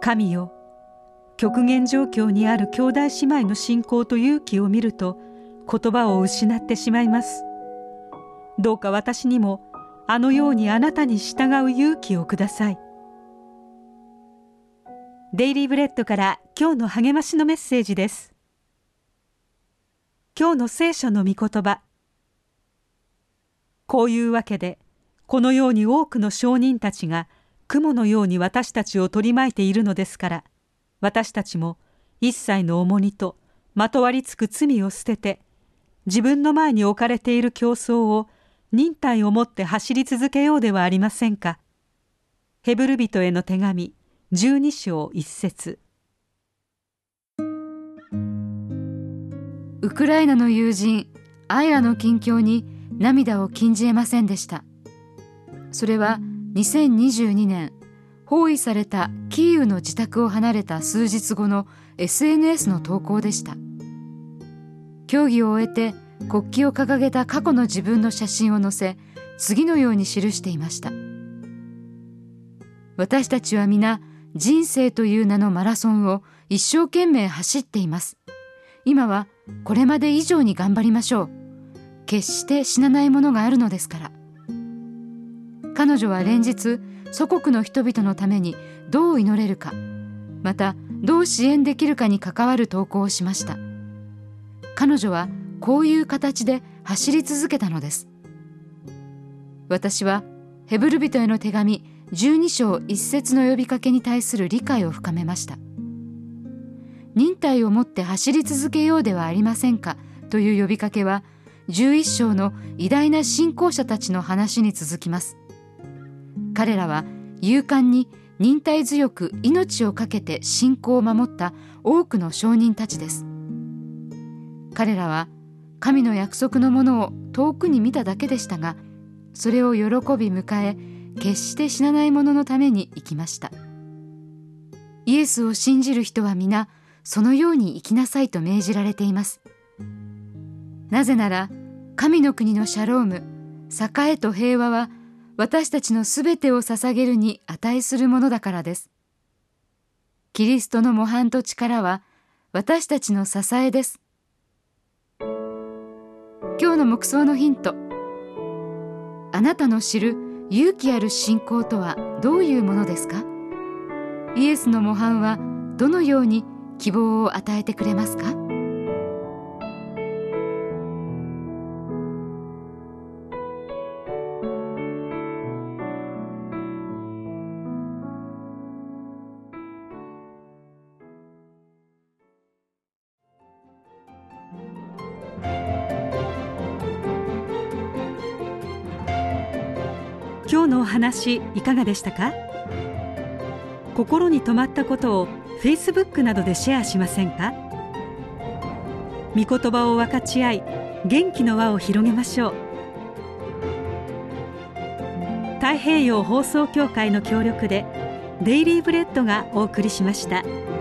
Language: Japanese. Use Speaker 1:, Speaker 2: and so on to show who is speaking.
Speaker 1: 神よ、極限状況にある兄弟姉妹の信仰と勇気を見ると言葉を失ってしまいます。どうか私にもあのようにあなたに従う勇気をください。デイリーブレッドから今日の励ましのメッセージです。今日の聖書の御言葉。こういうわけで、このように多くの証人たちが雲のように私たちを取り巻いているのですから、私たちも一切の重荷とまとわりつく罪を捨てて、自分の前に置かれている競争を忍耐をもって走り続けようではありませんか。ヘブル人への手紙12章1節。
Speaker 2: ウクライナの友人アイラの近況に涙を禁じ得ませんでした。それは2022年包囲されたキーウの自宅を離れた数日後の SNS の投稿でした。競技を終えて国旗を掲げた過去の自分の写真を載せ、次のように記していました。私たちは皆人生という名のマラソンを一生懸命走っています。今はこれまで以上に頑張りましょう。決して死なないものがあるのですから。彼女は連日祖国の人々のためにどう祈れるか、またどう支援できるかに関わる投稿をしました。彼女はこういう形で走り続けたのです。私はヘブル人への手紙12章1節の呼びかけに対する理解を深めました。忍耐をもって走り続けようではありませんかという呼びかけは11章の偉大な信仰者たちの話に続きます。彼らは勇敢に忍耐強く命を懸けて信仰を守った多くの証人たちです。彼らは神の約束のものを遠くに見ただけでしたが、それを喜び迎え、決して死なない者のために生きました。イエスを信じる人は皆そのように生きなさいと命じられています。なぜなら神の国のシャローム、栄えと平和は私たちのすべてを捧げるに値するものだからです。キリストの模範と力は私たちの支えです。今日の黙想のヒント。あなたの知る勇気ある信仰とはどういうものですか？イエスの模範はどのように希望を与えてくれますか？
Speaker 1: 今日のお話いかがでしたか？心に留まったことを Facebook などでシェアしませんか？御言葉を分かち合い、元気の輪を広げましょう。太平洋放送協会の協力でデイリーブレッドがお送りしました。